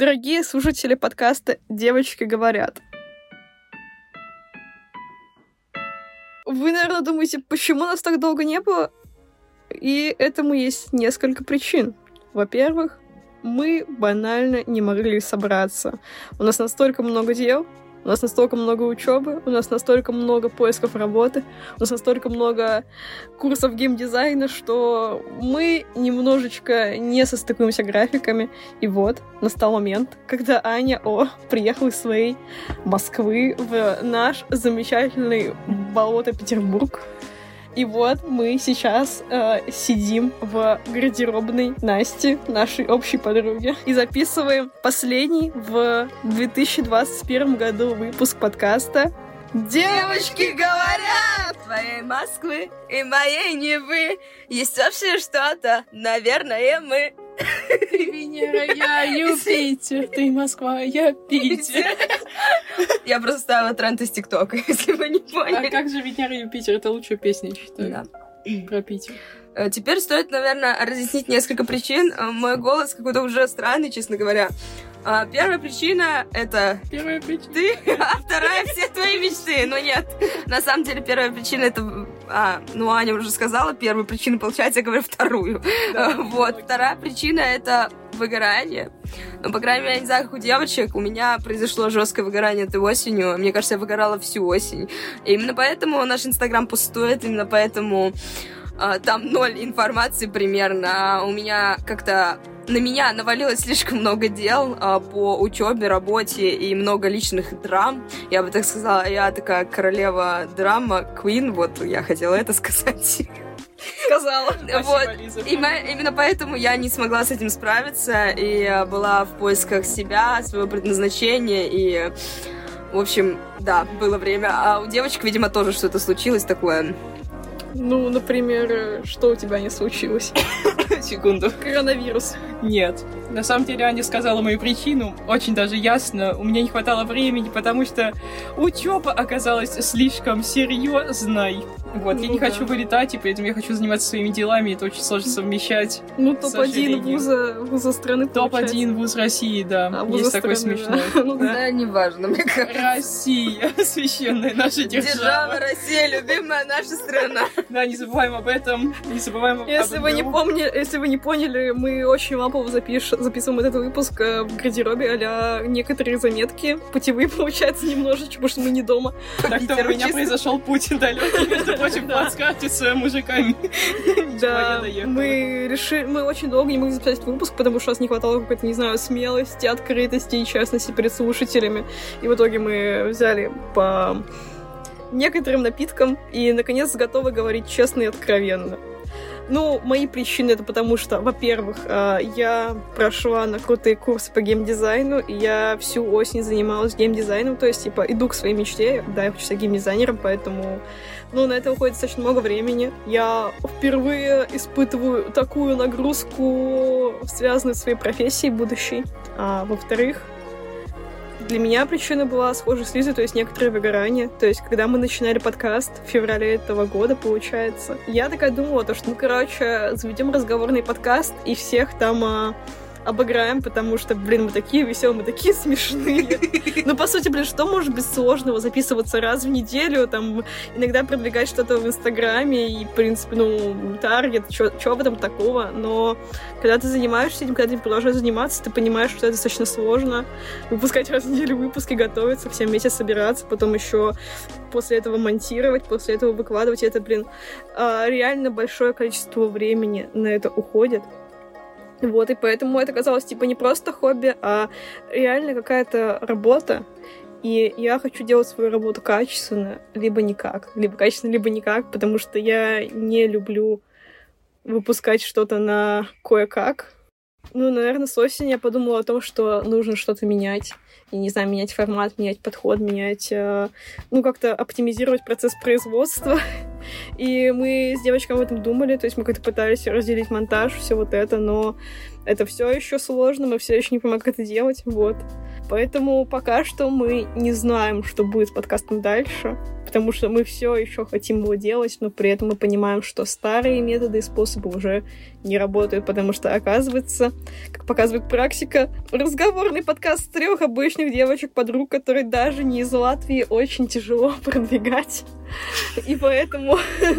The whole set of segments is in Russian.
Дорогие слушатели подкаста «Девочки говорят». Вы, наверное, думаете, почему нас так долго не было? И этому есть несколько причин. Во-первых, мы банально не могли собраться. У нас настолько много дел, у нас настолько много учебы, у нас настолько много поисков работы, у нас настолько много курсов геймдизайна, что мы немножечко не состыкуемся графиками. И вот настал момент, когда Аня приехала из своей Москвы в наш замечательный болото Петербург. И вот мы сейчас сидим в гардеробной Насти, нашей общей подруги, и записываем последний в 2021 году выпуск подкаста «Девочки говорят!» Твоей Москвы и моей Невы есть общее что-то, наверное, мы. Ты Венера, я Юпитер, ты Москва, я Питер. Я просто ставила тренд из ТикТока, если вы не поняли. А как же Венера и Юпитер? Это лучшая песня, я считаю. Да. Про Питер. Теперь стоит, наверное, разъяснить несколько причин. Мой голос какой-то уже странный, честно говоря. Первая причина — это Первая причина. ты, а вторая — все твои мечты. Но нет, на самом деле первая причина — это... Аня уже сказала первую причину, получается, я говорю вторую. Да, вот, вторая причина — это выгорание. Ну, по крайней мере, я не знаю, как у девочек, у меня произошло жесткое выгорание этой осенью. Мне кажется, я выгорала всю осень. И именно поэтому наш Инстаграм пустует, именно поэтому там 0 информации примерно. У меня как-то... На меня навалилось слишком много дел по учебе, работе и много личных драм. Я бы так сказала, я такая королева драма, queen, вот я хотела это сказать. Сказала. Вот. Именно поэтому я не смогла с этим справиться и была в поисках себя, своего предназначения и... В общем, да, было время. А у девочек, видимо, тоже что-то случилось такое. Ну, например, что у тебя не случилось? Секунду. Коронавирус. Нет. На самом деле Аня сказала мою причину. Очень даже ясно. У меня не хватало времени, потому что учеба оказалась слишком серьезной. Вот, я не хочу вылетать, и поэтому я хочу заниматься своими делами, это очень сложно совмещать. Ну, топ-1 вуза страны, Топ-1 вуз России, да. Есть такой смешной. Да, неважно, мне кажется. Россия, священная наша держава. Держава Россия, любимая наша страна. Да, не забываем об этом, не забываем об этом. Если вы не поняли, мы очень лампово записываем этот выпуск в гардеробе а-ля некоторые заметки. Путевые, получается, немножечко, потому что мы не дома. Так-то у меня произошел путь далекий, между прочим, плацкарте с мужиками. Да, мы очень долго не могли записать выпуск, потому что у нас не хватало какой-то, не знаю, смелости, открытости и честности перед слушателями. И в итоге мы взяли по некоторым напиткам и, наконец, готовы говорить честно и откровенно. Ну, мои причины — это потому что, во-первых, я прошла на крутые курсы по геймдизайну, и я всю осень занималась геймдизайном, то есть, типа, иду к своей мечте, да, я хочу стать геймдизайнером, поэтому, ну, на это уходит достаточно много времени. Я впервые испытываю такую нагрузку, связанную с своей профессией будущей. А во-вторых, для меня причина была схожа с Лизой, то есть некоторое выгорание. То есть, когда мы начинали подкаст в феврале этого года, получается, я такая думала, что, заведем разговорный подкаст и всех там обыграем, потому что, мы такие веселые, мы такие смешные. Ну, по сути, что может быть сложного? Записываться раз в неделю, там, иногда продвигать что-то в Инстаграме, и, в принципе, таргет, чего в этом такого? Но когда ты занимаешься этим, когда ты продолжаешь заниматься, ты понимаешь, что это достаточно сложно. Выпускать раз в неделю выпуски, готовиться, все вместе собираться, потом еще после этого монтировать, после этого выкладывать. И это, реально большое количество времени на это уходит. Вот, и поэтому это казалось, не просто хобби, а реально какая-то работа. И я хочу делать свою работу качественно, либо никак. Либо качественно, либо никак, потому что я не люблю выпускать что-то на кое-как. Ну, наверное, с осени я подумала о том, что нужно что-то менять. Я не знаю, менять формат, менять подход, менять... как-то оптимизировать процесс производства. И мы с девочками об этом думали, то есть мы как-то пытались разделить монтаж, все вот это, но это все еще сложно, мы все еще не понимаем, как это делать, вот. Поэтому пока что мы не знаем, что будет с подкастом дальше, потому что мы все еще хотим его делать, но при этом мы понимаем, что старые методы и способы уже не работают, потому что, оказывается, как показывает практика, разговорный подкаст 3 обычных девочек-подруг, которые даже не из Латвии, очень тяжело продвигать. И поэтому,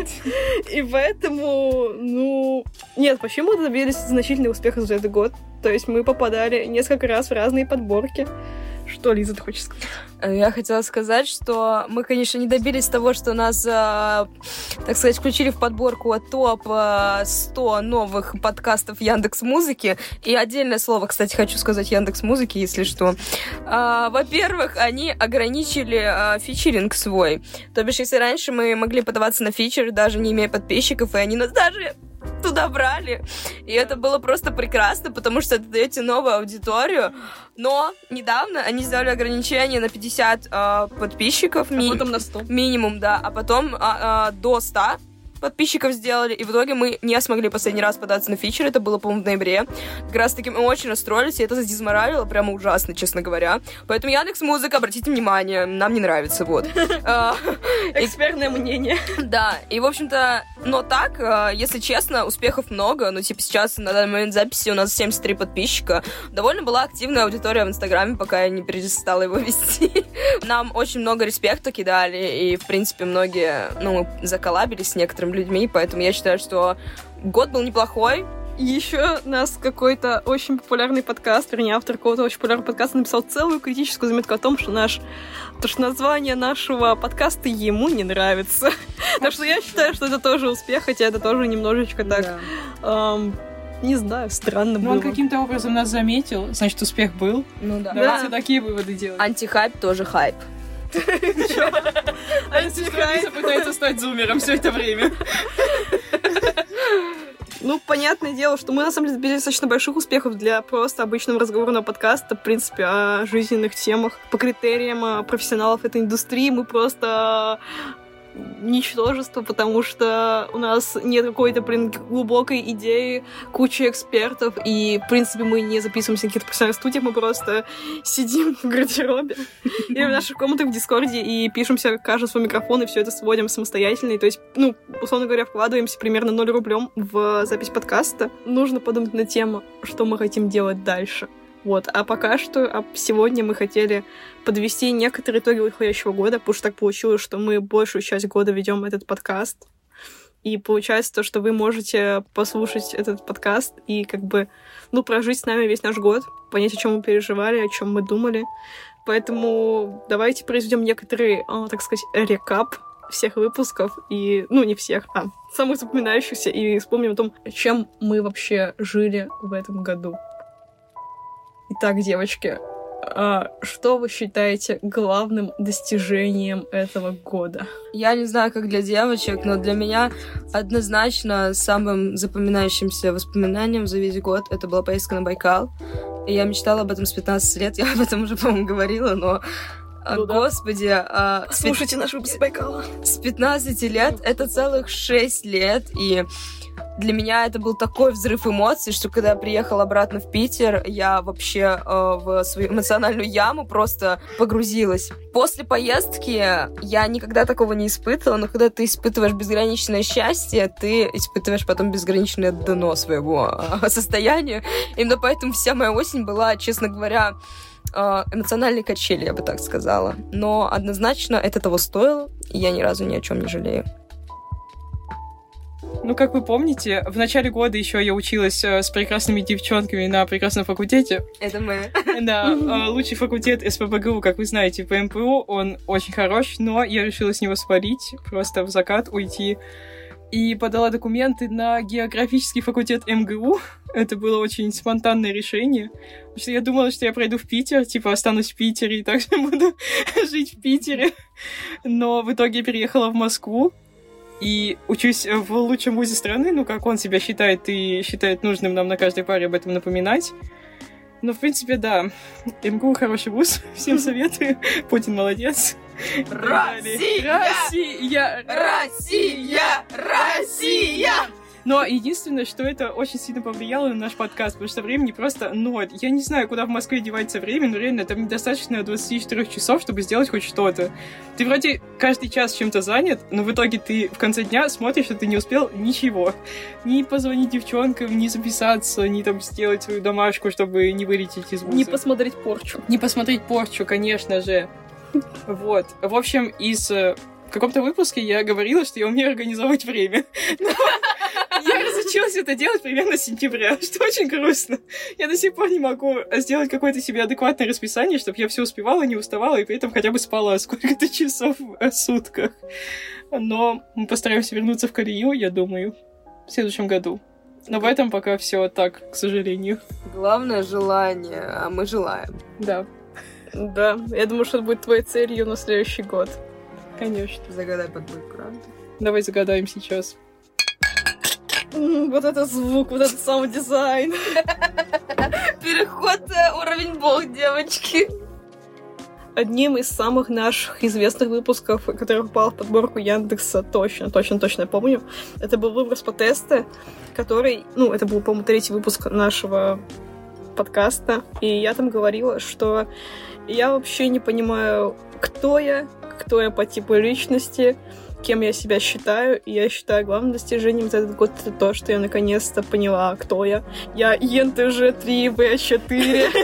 нет, вообще мы добились значительных успехов за этот год. То есть мы попадали несколько раз в разные подборки. Что, Лиза, ты хочешь сказать? Я хотела сказать, что мы, конечно, не добились того, что нас, так сказать, включили в подборку топ-100 новых подкастов Яндекс.Музыки. И отдельное слово, кстати, хочу сказать Яндекс.Музыки, если что. Во-первых, они ограничили фичеринг свой. То бишь, если раньше мы могли подаваться на фичеры, даже не имея подписчиков, и они нас даже туда брали. И это было просто прекрасно, потому что это даете новую аудиторию. Но недавно они сделали ограничение на 50 подписчиков. А потом на 100. Минимум, да. А потом до 100 подписчиков сделали, и в итоге мы не смогли последний раз податься на фичер, это было, по-моему, в ноябре. Как раз таки мы очень расстроились, и это задизморалило прямо ужасно, честно говоря. Поэтому Яндекс.Музыка, обратите внимание, нам не нравится, вот. Экспертное мнение. Да, и, в общем-то, но так, если честно, успехов много, ну, типа, сейчас на данный момент записи у нас 73 подписчика. Довольно была активная аудитория в Инстаграме, пока я не перестала его вести. Нам очень много респекта кидали, и, в принципе, многие, мы заколлабились с некоторыми людьми, поэтому я считаю, что год был неплохой. Еще нас какой-то очень популярный подкаст, вернее, автор какого-то очень популярного подкаста написал целую критическую заметку о том, что название нашего подкаста ему не нравится. Так что я считаю, что это тоже успех, хотя это тоже немножечко так, не знаю, странно было. Он каким-то образом нас заметил, значит, успех был. Ну да. Давайте такие выводы делать. Антихайп тоже хайп. Лиза пытается стать зумером все это время. Ну, понятное дело, что мы, на самом деле, добились достаточно больших успехов для просто обычного разговорного подкаста, в принципе, о жизненных темах. По критериям профессионалов этой индустрии мы просто ничтожество, потому что у нас нет какой-то, глубокой идеи, куча экспертов, и, в принципе, мы не записываемся на каких-то профессиональных студиях, мы просто сидим в гардеробе или в наших комнатах в Дискорде и пишемся каждый свой микрофон, и все это сводим самостоятельно, и, то есть, условно говоря, вкладываемся примерно 0 рублем в запись подкаста. Нужно подумать на тему, что мы хотим делать дальше. Вот. А пока что, сегодня мы хотели подвести некоторые итоги уходящего года, потому что так получилось, что мы большую часть года ведем этот подкаст. И получается то, что вы можете послушать этот подкаст и прожить с нами весь наш год, понять, о чем мы переживали, о чем мы думали. Поэтому давайте произведем некоторый, так сказать, рекап всех выпусков, и, не всех, самых запоминающихся, и вспомним о том, чем мы вообще жили в этом году. Итак, девочки, что вы считаете главным достижением этого года? Я не знаю, как для девочек, но для меня однозначно самым запоминающимся воспоминанием за весь год это была поездка на Байкал. И я мечтала об этом с 15 лет, я об этом уже, по-моему, говорила, но... Господи... Слушайте наш выпуск Байкала. С 15 лет это целых 6 лет, и... Для меня это был такой взрыв эмоций, что когда я приехала обратно в Питер, я вообще в свою эмоциональную яму просто погрузилась. После поездки я никогда такого не испытывала, но когда ты испытываешь безграничное счастье, ты испытываешь потом безграничное дно своего состояния. Именно поэтому вся моя осень была, честно говоря, эмоциональной качели, я бы так сказала. Но однозначно это того стоило, и я ни разу ни о чем не жалею. Как вы помните, в начале года еще я училась с прекрасными девчонками на прекрасном факультете. Это мы. Да, лучший факультет СПбГУ, как вы знаете, по МПУ, он очень хорош, но я решила с него свалить, просто в закат уйти. И подала документы на географический факультет МГУ. Это было очень спонтанное решение. Потому что я думала, что я пройду в Питер, останусь в Питере и также буду жить в Питере. Но в итоге я переехала в Москву. И учусь в лучшем вузе страны, как он себя считает, и считает нужным нам на каждой паре об этом напоминать. Но, в принципе, да, МГУ хороший вуз, всем советую. Путин молодец. Россия! Россия! Россия! Россия! Но единственное, что это очень сильно повлияло на наш подкаст, потому что времени просто ноль. Я не знаю, куда в Москве девается время, но реально там недостаточно 24 часов, чтобы сделать хоть что-то. Ты вроде каждый час чем-то занят, но в итоге ты в конце дня смотришь, что ты не успел ничего. Ни позвонить девчонкам, ни записаться, ни там сделать свою домашку, чтобы не вылететь из вуза. Не посмотреть порчу. Не посмотреть порчу, конечно же. Вот. В общем, в каком-то выпуске я говорила, что я умею организовывать время. Но я разучилась это делать примерно с сентября, что очень грустно. Я до сих пор не могу сделать какое-то себе адекватное расписание, чтобы я все успевала, не уставала, и при этом хотя бы спала сколько-то часов в сутках. Но мы постараемся вернуться в колею, я думаю, в следующем году. Но в этом пока все так, к сожалению. Главное — желание, а мы желаем. Да. Да, я думаю, что это будет твоей целью на следующий год. Конечно. Загадай под бэкграунд. Давай загадаем сейчас. Вот это звук, вот этот саунд-дизайн. Переход уровень бог, девочки. Одним из самых наших известных выпусков, который попал в подборку Яндекса, точно помню, это был выброс по тесту, который, это был, по-моему, 3-й выпуск нашего подкаста, и я там говорила, что я вообще не понимаю, кто я по типу личности, кем я себя считаю, и я считаю главным достижением за этот год это то, что я наконец-то поняла, кто я. Я ЕНТЖ-3В4,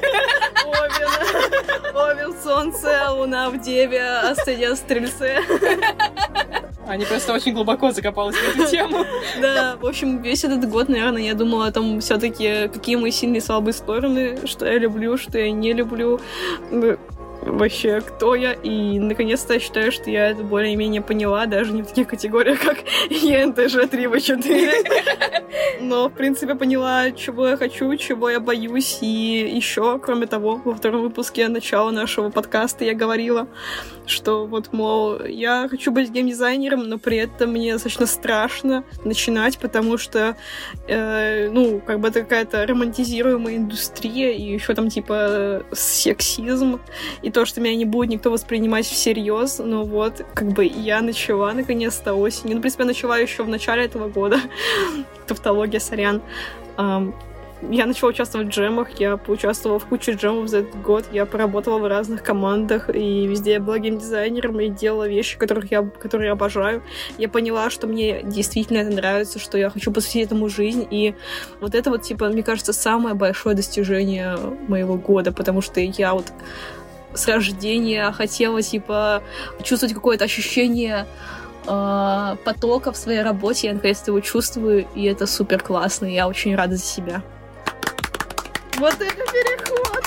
Овен в Солнце, Луна в Деве, Асцендент в Стрельце. Они просто очень глубоко закопалась в эту тему. Да, в общем, весь этот год, наверное, я думала о том, все-таки какие мои сильные и слабые стороны, что я люблю, что я не люблю, вообще, кто я, и наконец-то я считаю, что я это более-менее поняла, даже не в таких категориях, как ЕНТЖ-3В4. Но, в принципе, поняла, чего я хочу, чего я боюсь, и еще, кроме того, во втором выпуске начала нашего подкаста я говорила, что вот, мол, я хочу быть геймдизайнером, но при этом мне достаточно страшно начинать, потому что, это какая-то романтизируемая индустрия, и еще там, типа, сексизм, и то, что меня не будет никто воспринимать всерьез, но вот, я начала, наконец-то, осенью. В принципе, я начала еще в начале этого года. Тавтология, сорян. Я начала участвовать в джемах, я поучаствовала в куче джемов за этот год, я поработала в разных командах, и везде я была геймдизайнером и делала вещи, которые я обожаю. Я поняла, что мне действительно это нравится, что я хочу посвятить этому жизнь, и вот это вот, мне кажется, самое большое достижение моего года, потому что я вот с рождения хотела, чувствовать какое-то ощущение потока в своей работе, я наконец-то его чувствую, и это супер классно, и я очень рада за себя. Вот это переход!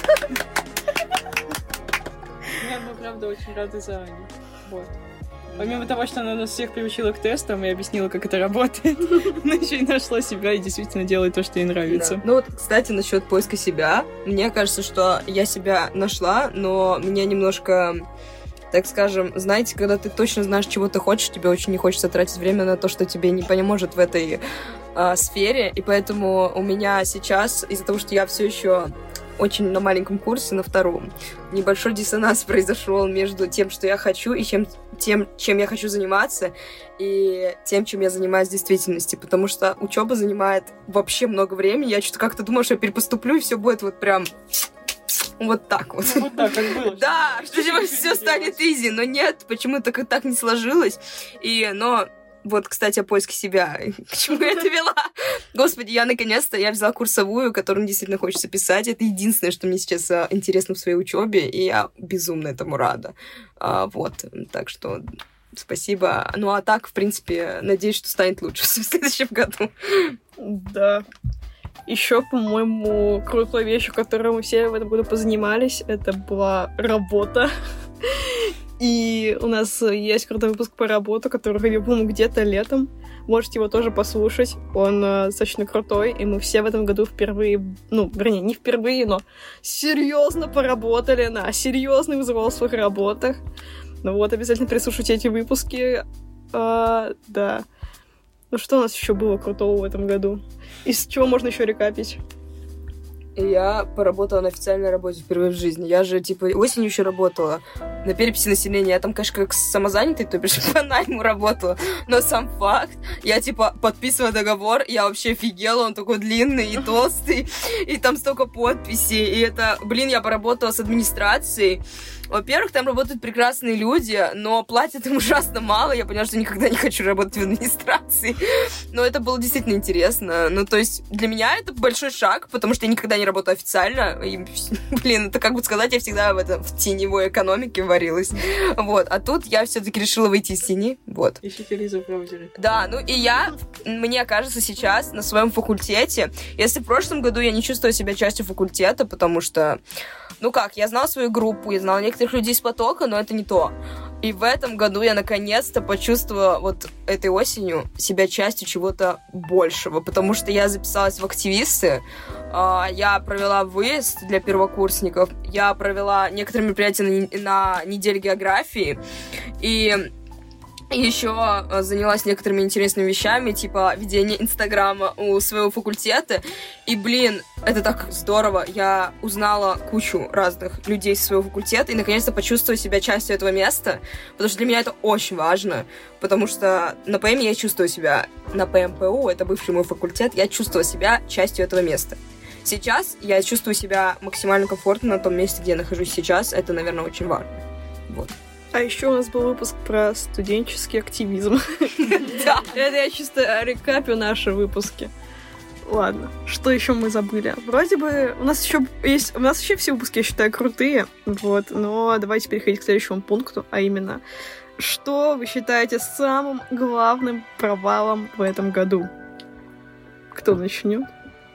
Мы, правда, очень рады за Аню. Вот. Помимо того, что она нас всех приучила к тестам и объяснила, как это работает, она еще и нашла себя и действительно делает то, что ей нравится. Да. Ну вот, кстати, насчет поиска себя. Мне кажется, что я себя нашла, но меня немножко, так скажем, знаете, когда ты точно знаешь, чего ты хочешь, тебе очень не хочется тратить время на то, что тебе не поможет в этой сфере, и поэтому у меня сейчас, из-за того, что я все еще очень на маленьком курсе, на втором, небольшой диссонанс произошел между тем, что я хочу, и тем, чем я хочу заниматься, и тем, чем я занимаюсь в действительности, потому что учеба занимает вообще много времени, я что-то как-то думала, что я перепоступлю, и все будет вот прям вот так вот. Ну, вот так, как было. Да, что все станет изи, но нет, почему-то так не сложилось, но... Вот, кстати, о поиске себя. К чему я это вела? Господи, я взяла курсовую, которую мне действительно хочется писать. Это единственное, что мне сейчас интересно в своей учебе, и я безумно этому рада. Вот, так что спасибо. Ну, а так, в принципе, надеюсь, что станет лучше в следующем году. Да. Еще, по-моему, крутой вещью, которой мы все в этом году позанимались, это была работа. И у нас есть крутой выпуск по работе, который выходил, по-моему, где-то летом. Можете его тоже послушать. Он достаточно крутой, и мы все в этом году впервые, не впервые, но серьезно поработали на серьезных взрослых работах. Ну вот, обязательно прислушайте эти выпуски. Да. Ну что у нас еще было крутого в этом году? Из чего можно еще рекапить? Я поработала на официальной работе впервые в жизни. Я же, осенью еще работала на переписи населения. Я там, конечно, как самозанятый, то бишь по найму работала. Но сам факт, я, подписывала договор, я вообще офигела, он такой длинный и толстый, и там столько подписей. И это, я поработала с администрацией. Во-первых, там работают прекрасные люди, но платят им ужасно мало. Я поняла, что никогда не хочу работать в администрации. Но это было действительно интересно. Ну, то есть, для меня это большой шаг, потому что я никогда не работаю официально. И, это как бы сказать, я всегда в теневой экономике варилась. Вот. А тут я все-таки решила выйти из тени. Вот. Ищите Лизу в браузере. Да, мне кажется, сейчас на своем факультете, если в прошлом году я не чувствую себя частью факультета, потому что я знала свою группу, я знала некоторых людей с потока, но это не то. И в этом году я наконец-то почувствовала вот этой осенью себя частью чего-то большего, потому что я записалась в активисты, я провела выезд для первокурсников, я провела некоторые мероприятия на неделе географии, и еще занялась некоторыми интересными вещами, типа ведение Инстаграма у своего факультета. И, это так здорово. Я узнала кучу разных людей со своего факультета и, наконец-то, почувствовала себя частью этого места, потому что для меня это очень важно, потому что на ПМ я чувствую себя, на ПМПУ, это бывший мой факультет, я чувствовала себя частью этого места. Сейчас я чувствую себя максимально комфортно на том месте, где я нахожусь сейчас. Это, наверное, очень важно. Вот. А еще у нас был выпуск про студенческий активизм. Да. Это я чисто рекапю наши выпуски. Ладно, что еще мы забыли? Вроде бы у нас вообще все выпуски, я считаю, крутые. Вот, но давайте переходить к следующему пункту, а именно, что вы считаете самым главным провалом в этом году? Кто начнет?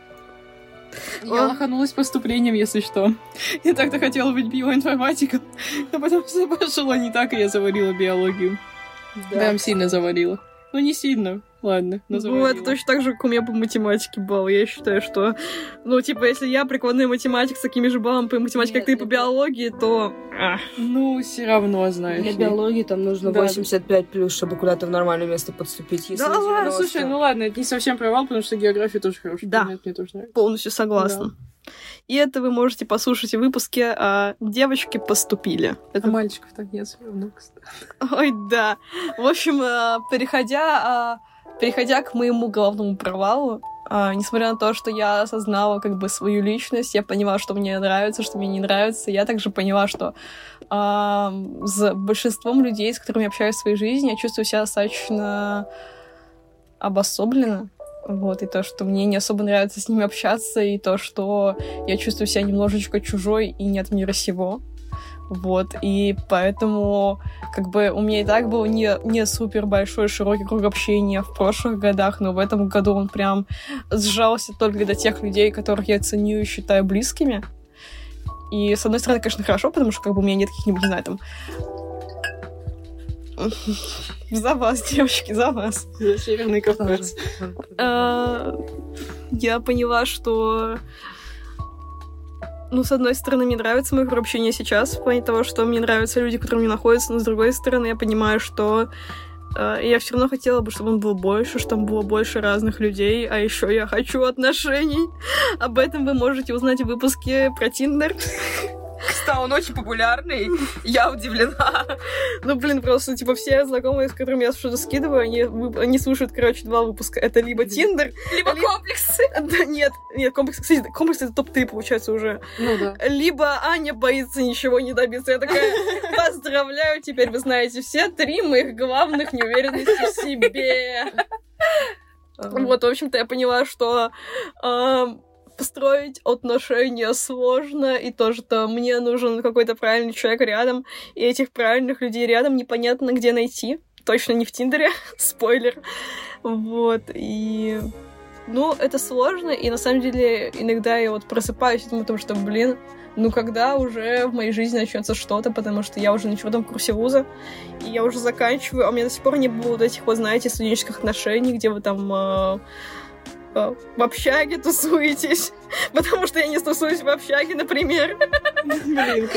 Я лоханулась поступлением, если что. Я так-то хотела быть биоинформатиком, но потом все пошло не так, и я завалила биологию. Да. Прям сильно завалила. Ну, не сильно, ладно, но завалила. Это точно так же, как у меня по математике балл. Я считаю, что, если я прикладной математик с такими же баллами по математике, как ты по биологии, то... все равно, знаешь. Для биологии там нужно 85+, чтобы куда-то в нормальное место подступить. Да ладно, слушай, ладно, это не совсем провал, потому что география тоже хорошая. Да, мне тоже нравится. Полностью согласна. Да. И это вы можете послушать в выпуске «Девочки поступили». А мальчиков так нет, все равно, кстати. Ой, да. В общем, переходя к моему главному провалу, несмотря на то, что я осознала свою личность, я поняла, что мне нравится, что мне не нравится, я также поняла, что с большинством людей, с которыми я общаюсь в своей жизни, я чувствую себя достаточно обособленно. Вот, и то, что мне не особо нравится с ними общаться, и то, что я чувствую себя немножечко чужой и не от мира сего. Вот, и поэтому, у меня и так был не супер большой, широкий круг общения в прошлых годах, но в этом году он прям сжался только до тех людей, которых я ценю и считаю близкими. И, с одной стороны, конечно, хорошо, потому что, у меня нет каких-нибудь, не знаю, там... За вас, девочки, за вас. За Северный Кавказ. Я поняла, что... с одной стороны, мне нравится мое круг общения сейчас, в плане того, что мне нравятся люди, которые мне находятся, но с другой стороны, я понимаю, что я все равно хотела бы, чтобы он был больше, чтобы было больше разных людей, а еще я хочу отношений. Об этом вы можете узнать в выпуске про Тиндер. Кстати, он очень популярный, я удивлена. Просто, все знакомые, с которыми я что-то скидываю, они слушают, 2 выпуска. Это либо Тиндер, либо комплексы. Да, нет, комплексы, кстати, комплексы это топ-3, получается, уже. Ну да. Либо Аня боится ничего не добиться. Я такая, поздравляю, теперь вы знаете все 3 моих главных неуверенности в себе. Вот, в общем-то, я поняла, что... построить отношения сложно, и то, что мне нужен какой-то правильный человек рядом, и этих правильных людей рядом непонятно где найти. Точно не в Тиндере, спойлер. Вот, и... это сложно, и на самом деле иногда я просыпаюсь и думаю о том, что, когда уже в моей жизни начнется что-то, потому что я уже на 4 курсе вуза, и я уже заканчиваю, а у меня до сих пор не было этих, знаете, студенческих отношений, где вы там... в общаге тусуетесь, потому что я не тусуюсь в общаге, например. Блин,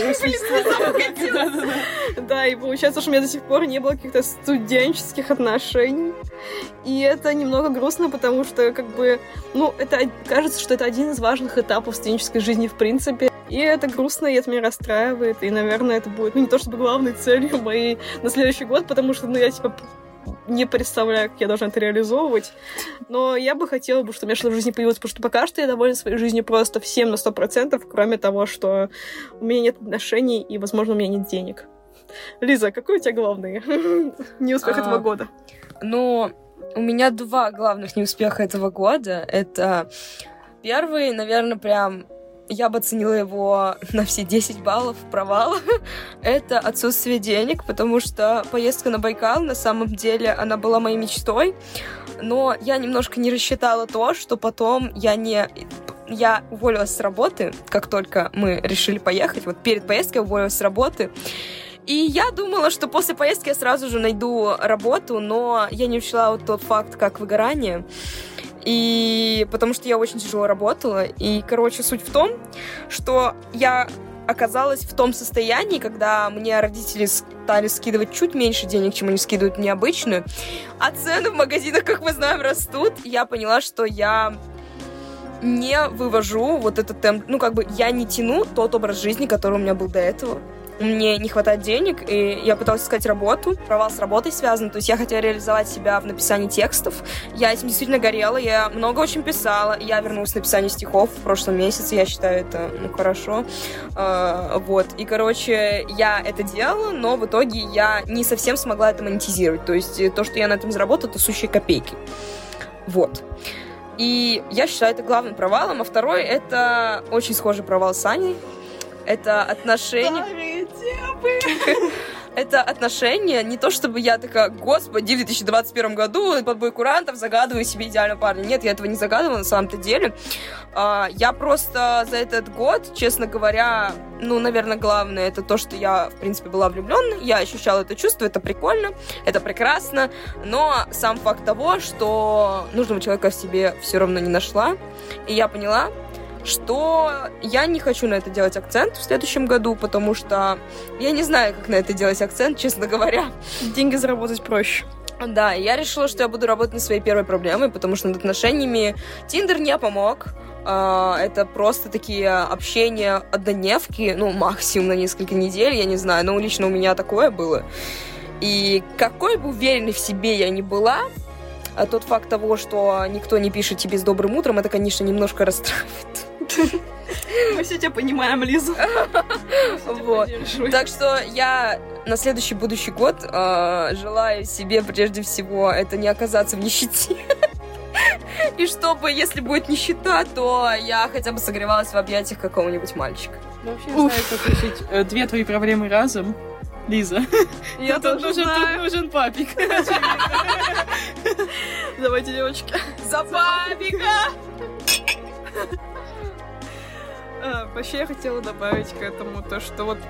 Да, и получается, что у меня до сих пор не было каких-то студенческих отношений. И это немного грустно, потому что, как бы, ну, это кажется, что это один из важных этапов студенческой жизни в принципе. И это грустно, и это меня расстраивает. И, наверное, это будет, ну, не то чтобы главной целью моей на следующий год, потому что, ну, я, типа, не представляю, как я должна это реализовывать. Но я бы хотела, чтобы у меня что-то в жизни появилось, потому что пока что я довольна своей жизнью просто всем на 100%, кроме того, что у меня нет отношений и, возможно, у меня нет денег. Лиза, какой у тебя главный неуспех этого года? Ну, у меня 2 главных неуспеха этого года. Это первый, наверное, прям... Я бы оценила его на все 10 баллов провала. Это отсутствие денег, потому что поездка на Байкал, на самом деле, она была моей мечтой, но я немножко не рассчитала то, что потом я уволилась с работы, как только мы решили поехать. Вот перед поездкой я уволилась с работы. И я думала, что после поездки я сразу же найду работу, но я не учла вот тот факт, как выгорание. И потому что я очень тяжело работала. И, короче, суть в том, что я оказалась в том состоянии, когда мне родители стали скидывать чуть меньше денег, чем они скидывают мне обычно, а цены в магазинах, как мы знаем, растут. И я поняла, что я не вывожу вот этот темп, ну, как бы я не тяну тот образ жизни, который у меня был до этого. Мне не хватает денег, и я пыталась искать работу. Провал с работой связан, то есть я хотела реализовать себя в написании текстов. Я этим действительно горела, я много очень писала. Я вернулась к написанию стихов в прошлом месяце, я считаю это, ну, хорошо. Вот, и, короче, я это делала, но в итоге я не совсем смогла это монетизировать. То есть то, что я на этом заработала, это сущие копейки. Вот. И я считаю это главным провалом, а второй — это очень схожий провал с Аней. Это отношения... Это отношения, не то чтобы я такая, господи, в 2021 году под бой курантов загадываю себе идеального парня. Нет, я этого не загадывала на самом-то деле. Я просто за этот год, честно говоря, ну, наверное, главное, это то, что я, в принципе, была влюблённа. Я ощущала это чувство, это прикольно, это прекрасно. Но сам факт того, что нужного человека в себе все равно не нашла. И я поняла, что я не хочу на это делать акцент в следующем году, потому что я не знаю, как на это делать акцент, честно говоря. Деньги заработать проще. Да, я решила, что я буду работать над своей первой проблемой, потому что над отношениями Тиндер не помог. Это просто такие общения однодневки, ну, максимум на несколько недель, я не знаю, но лично у меня такое было. И какой бы уверенной в себе я ни была, тот факт того, что никто не пишет тебе с добрым утром, это, конечно, немножко расстраивает. Мы все тебя понимаем, Лиза. Вот. Так что я на следующий будущий год желаю себе, прежде всего, это не оказаться в нищете. И чтобы, если будет нищета, то я хотя бы согревалась в объятиях какого-нибудь мальчика. Вообще, я знаю, как решить 2 твои проблемы разом. Лиза, я тут нужен папик. Давайте, девочки. За папика! Вообще, я хотела добавить к этому то, что вот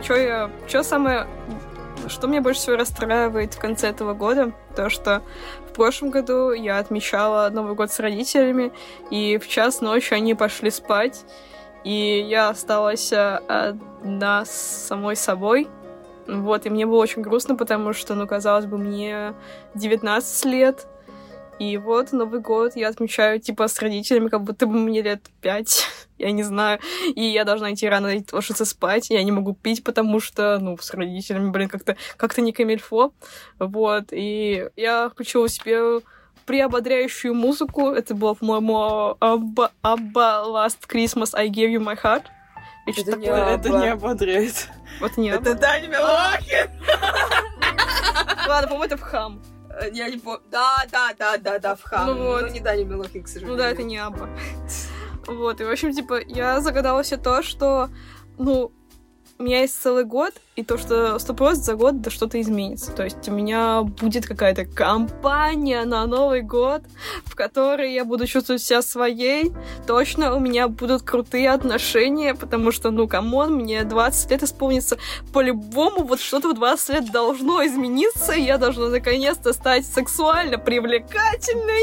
что меня больше всего расстраивает в конце этого года, то, что в прошлом году я отмечала Новый год с родителями, и в час ночи они пошли спать, и я осталась одна с самой собой. Вот, и мне было очень грустно, потому что, ну, казалось бы, мне 19 лет, и вот Новый год я отмечаю, типа, с родителями, как будто бы мне лет 5, я не знаю, и я должна идти рано ложиться спать, я не могу пить, потому что, ну, с родителями, блин, как-то не камильфо, вот, и я включила себе приободряющую музыку, это было, по-моему, Abba Last Christmas I Gave You My Heart. Это не ободряет. Вот нет. Это Даня Милохин! Ладно, по-моему, это в Хам. Я не помню. Да, в Хам. Ну вот. Но не Даня Милохин, к сожалению. Ну да, это не Абба. Вот, и в общем, типа, я загадала себе то, что, ну, у меня есть целый год, и то, что 100% за год да что-то изменится. То есть у меня будет какая-то кампания на Новый год, в которой я буду чувствовать себя своей. Точно у меня будут крутые отношения, потому что, ну, камон, мне 20 лет исполнится. По-любому вот что-то в 20 лет должно измениться, и я должна наконец-то стать сексуально привлекательной.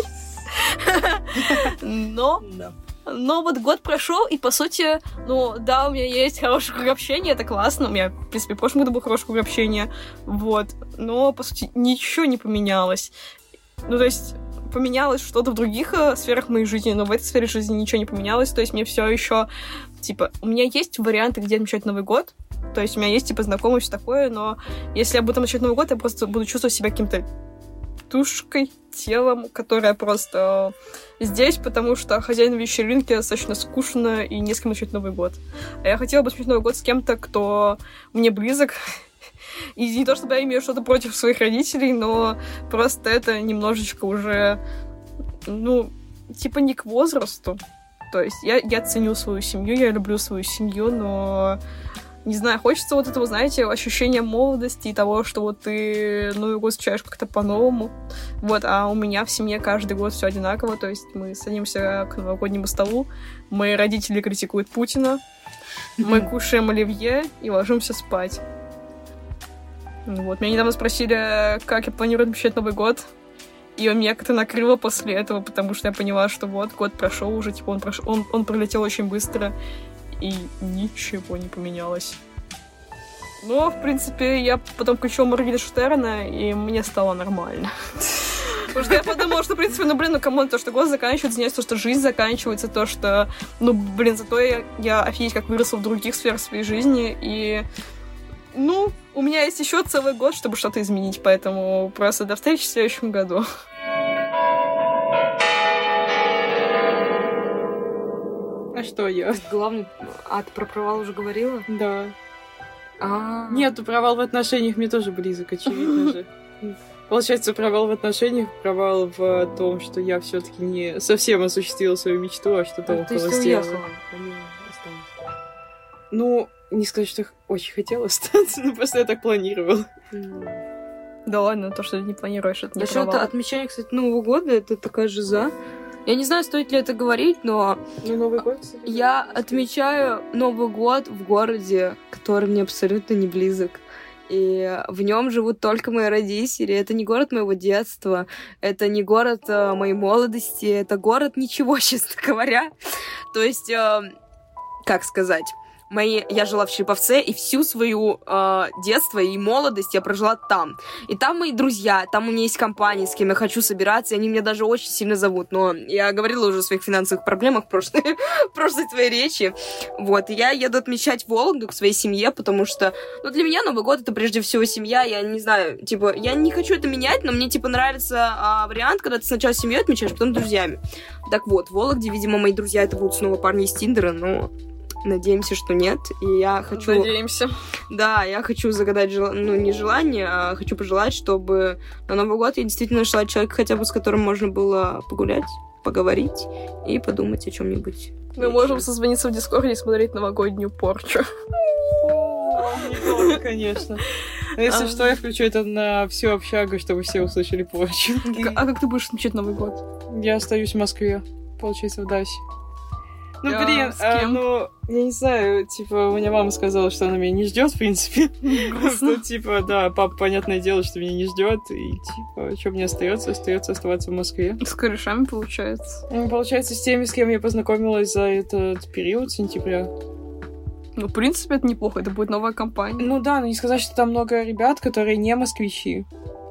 Но вот год прошел, и, по сути, ну, да, у меня есть хороший круг общения, это классно. У меня, в принципе, в прошлом году был хороший круг общения. Вот. Но, по сути, ничего не поменялось. Ну, то есть, поменялось что-то в других сферах моей жизни, но в этой сфере жизни ничего не поменялось. То есть, мне все еще, типа, у меня есть варианты, где отмечать Новый год. То есть, у меня есть, типа, знакомые, все такое, но если я буду отмечать Новый год, я просто буду чувствовать себя каким-то тушкой, телом, которая просто здесь, потому что хозяин вечеринки достаточно скучно и не с кем начать Новый год. А я хотела бы отмечать Новый год с кем-то, кто мне близок. И не то, чтобы я имею что-то против своих родителей, но просто это немножечко уже, ну, типа не к возрасту. То есть я ценю свою семью, я люблю свою семью, но... Не знаю, хочется вот этого, знаете, ощущения молодости и того, что вот ты Новый год встречаешь как-то по-новому. Вот, а у меня в семье каждый год все одинаково, то есть мы садимся к новогоднему столу, мои родители критикуют Путина, мы кушаем оливье и ложимся спать. Вот, меня недавно спросили, как я планирую отмечать Новый год, и меня как-то накрыло после этого, потому что я поняла, что вот, год прошел уже, типа он пролетел очень быстро, и ничего не поменялось. Но, в принципе, я потом включила Моргенштерна, и мне стало нормально. Потому что я подумала, что, в принципе, камон, то, что год заканчивается, не то, что жизнь заканчивается, то, что, зато я офигеть как выросла в других сферах своей жизни, и, у меня есть еще целый год, чтобы что-то изменить, поэтому просто до встречи в следующем году. А что я? Главный... А, ты про провал уже говорила? Да. Нет, провал в отношениях мне тоже близок, очевидно же. Получается, провал в отношениях, провал в том, что я все-таки не совсем осуществила свою мечту, а что-то около сделала. Ты уехала, не сказать, что очень хотела остаться, но просто я так планировала. Да ладно, то, что ты не планируешь, это не провал. Насчёт отмечания, кстати, Нового года, это такая жиза. Я не знаю, стоит ли это говорить, но Новый год, кстати, я отмечаю Новый год в городе, который мне абсолютно не близок. И в нем живут только мои родители. Это не город моего детства, это не город моей молодости, это город ничего, честно говоря. То есть, как сказать... Я жила в Череповце, и всю свою детство и молодость я прожила там. И там мои друзья, там у меня есть компания, с кем я хочу собираться, и они меня даже очень сильно зовут. Но я говорила уже о своих финансовых проблемах в прошлой твоей речи. Вот, и я еду отмечать Вологду к своей семье, потому что, для меня Новый год — это прежде всего семья. Я не знаю, я не хочу это менять, но мне, нравится вариант, когда ты сначала с семьей отмечаешь, потом с друзьями. Так вот, в Вологде, видимо, мои друзья — это будут снова парни из Тиндера, но... Надеемся, что нет. И я хочу... Надеемся. Да, я хочу загадать, не желание, а хочу пожелать, чтобы на Новый год я действительно нашла человека, хотя бы с которым можно было погулять, поговорить и подумать о чем-нибудь. Мы можем созвониться в Дискорде и смотреть новогоднюю порчу. Неплохо, конечно. Но если что, я включу это на всю общагу, чтобы все услышали порчу. А как ты будешь отмечать Новый год? Я остаюсь в Москве, получается, в Дасе. Я не знаю, у меня мама сказала, что она меня не ждет, в принципе. Что, папа, понятное дело, что меня не ждет, и, что мне остается оставаться в Москве. С корешами, получается? Получается, с теми, с кем я познакомилась за этот период сентября. В принципе, это неплохо, это будет новая компания. Но не сказать, что там много ребят, которые не москвичи.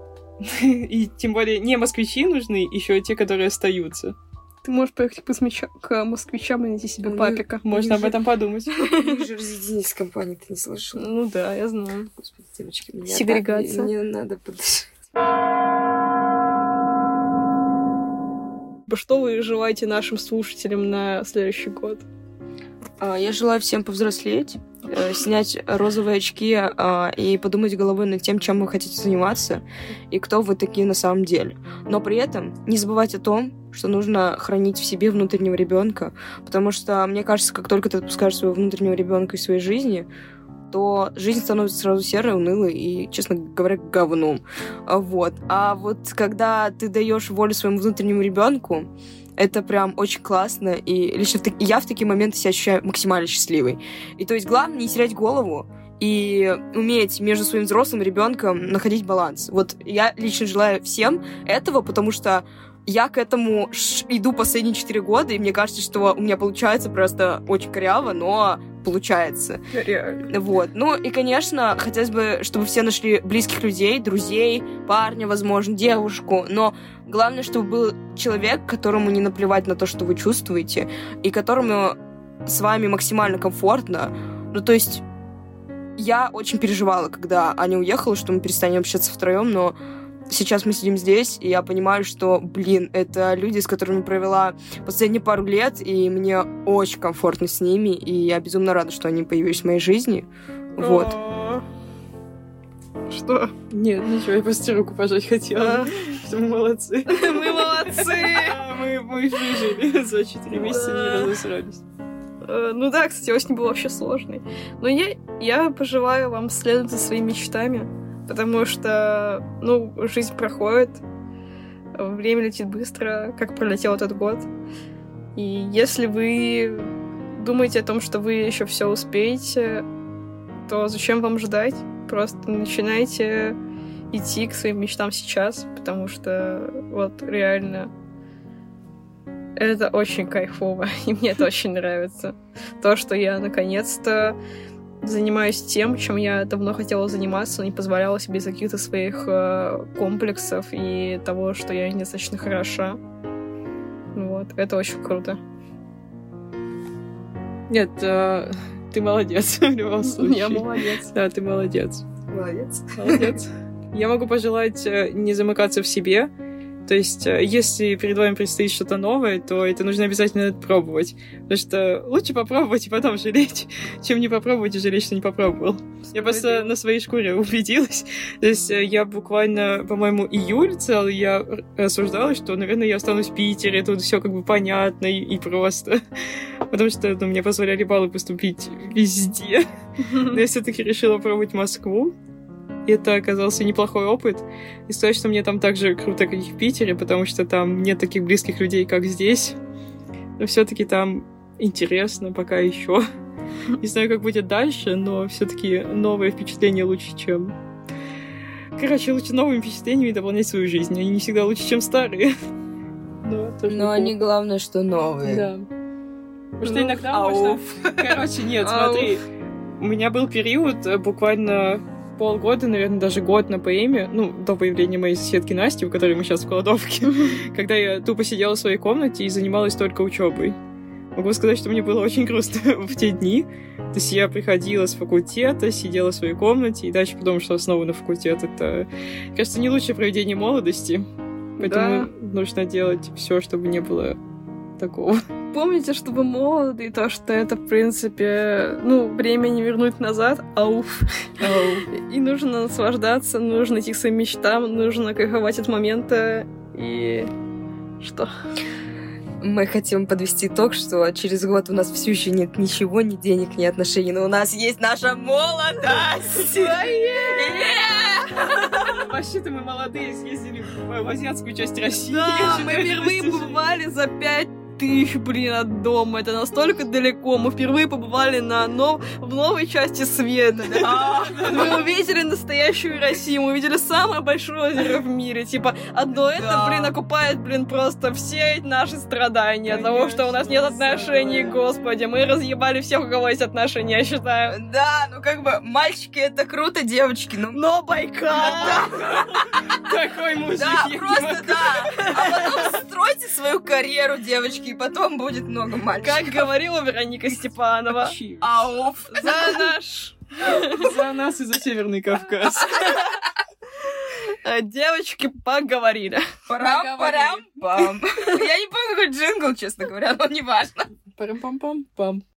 И тем более не москвичи нужны, еще и те, которые остаются. Ты можешь поехать к москвичам и найти себе папика. Можно об этом подумать. У них же разъединились компании, ты не слышала? Да, я знаю. Господи, девочки, сегрегация. Мне надо подышать. Что вы желаете нашим слушателям на следующий год? Я желаю всем повзрослеть, снять розовые очки и подумать головой над тем, чем вы хотите заниматься и кто вы такие на самом деле. Но при этом не забывать о том, что нужно хранить в себе внутреннего ребенка, потому что, мне кажется, как только ты отпускаешь своего внутреннего ребенка из своей жизни, то жизнь становится сразу серой, унылой и, честно говоря, говном. Вот. А вот когда ты даешь волю своему внутреннему ребенку, это прям очень классно, и лично я в такие моменты себя ощущаю максимально счастливой. И то есть главное не терять голову и уметь между своим взрослым ребенком находить баланс. Вот я лично желаю всем этого, потому что я к этому иду последние 4 года, и мне кажется, что у меня получается просто очень коряво, но получается. Реально. Вот. Ну и, конечно, хотелось бы, чтобы все нашли близких людей, друзей, парня, возможно, девушку, но главное, чтобы был человек, которому не наплевать на то, что вы чувствуете, и которому с вами максимально комфортно. Ну, то есть я очень переживала, когда Аня уехала, что мы перестанем общаться втроем, но сейчас мы сидим здесь, и я понимаю, что, это люди, с которыми провела последние пару лет, и мне очень комфортно с ними, и я безумно рада, что они появились в моей жизни. Вот. Что? Нет, ничего, я просто руку пожать хотела. Что мы молодцы. Мы молодцы! Мы выжили за 4 месяца, не разосрались. Ну да, кстати, осень была вообще сложной. Но я пожелаю вам следовать за своими мечтами, потому что, жизнь проходит, время летит быстро, как пролетел этот год. И если вы думаете о том, что вы еще все успеете, то зачем вам ждать? Просто начинайте идти к своим мечтам сейчас, потому что вот реально это очень кайфово, и мне это очень нравится. То, что я наконец-то занимаюсь тем, чем я давно хотела заниматься, но не позволяла себе из-за каких-то своих комплексов и того, что я недостаточно хороша. Вот, это очень круто. Нет, ты молодец в любом случае. Я молодец. Да, ты молодец. Молодец. Я могу пожелать не замыкаться в себе. То есть, если перед вами предстоит что-то новое, то это нужно обязательно пробовать. Потому что лучше попробовать и потом жалеть, чем не попробовать и жалеть, что не попробовал. Я просто на своей шкуре убедилась. То есть, я буквально, по-моему, июль целый, я рассуждала, что, наверное, я останусь в Питере, тут все как бы понятно и просто. Потому что мне позволяли баллы поступить везде. Но я все-таки решила пробовать Москву. Это оказался неплохой опыт. И сказать, что мне там так же круто, как и в Питере, потому что там нет таких близких людей, как здесь. Но все-таки там интересно пока еще. Не знаю, как будет дальше, но все-таки новые впечатления лучше, чем... Короче, лучше новыми впечатлениями дополнять свою жизнь. Они не всегда лучше, чем старые. Но они, главное, что новые. Да. Потому что иногда можно... Короче, нет, смотри. У меня был период буквально... полгода, наверное, даже год на ПМе, до появления моей соседки Насти, у которой мы сейчас в кладовке, когда я тупо сидела в своей комнате и занималась только учебой. Могу сказать, что мне было очень грустно в те дни. То есть я приходила с факультета, сидела в своей комнате, и дальше подумала, что снова на факультет. Это, кажется, не лучшее проведение молодости. Поэтому нужно делать все, чтобы не было такого. Помните, что вы молоды, и то, что это, в принципе, время не вернуть назад, И нужно наслаждаться, нужно идти к своим мечтам, нужно кайфовать от момента, и что? Мы хотим подвести итог, что через год у нас все еще нет ничего, ни денег, ни отношений, но у нас есть наша молодость! Вообще-то мы молодые, съездили в азиатскую часть России. Да, мы впервые побывали за 5 тысяч, от дома. Это настолько далеко. Мы впервые побывали в новой части света. Мы увидели настоящую Россию. Мы увидели самое большое озеро в мире. Одно это, окупает, просто все наши страдания. От того, что у нас нет отношений, господи. Мы разъебали всех, у кого есть отношения, я считаю. Да, мальчики это круто, девочки, но Байкал! Такой мужик. Да, просто да. А потом стройте свою карьеру, девочки, и потом будет много мальчиков. Как говорила Вероника Степанова. Ауф. За нас и за Северный Кавказ. Девочки поговорили. Парам-парам-пам. Я не помню, какой джингл, честно говоря, но неважно. Парам-пам-пам-пам.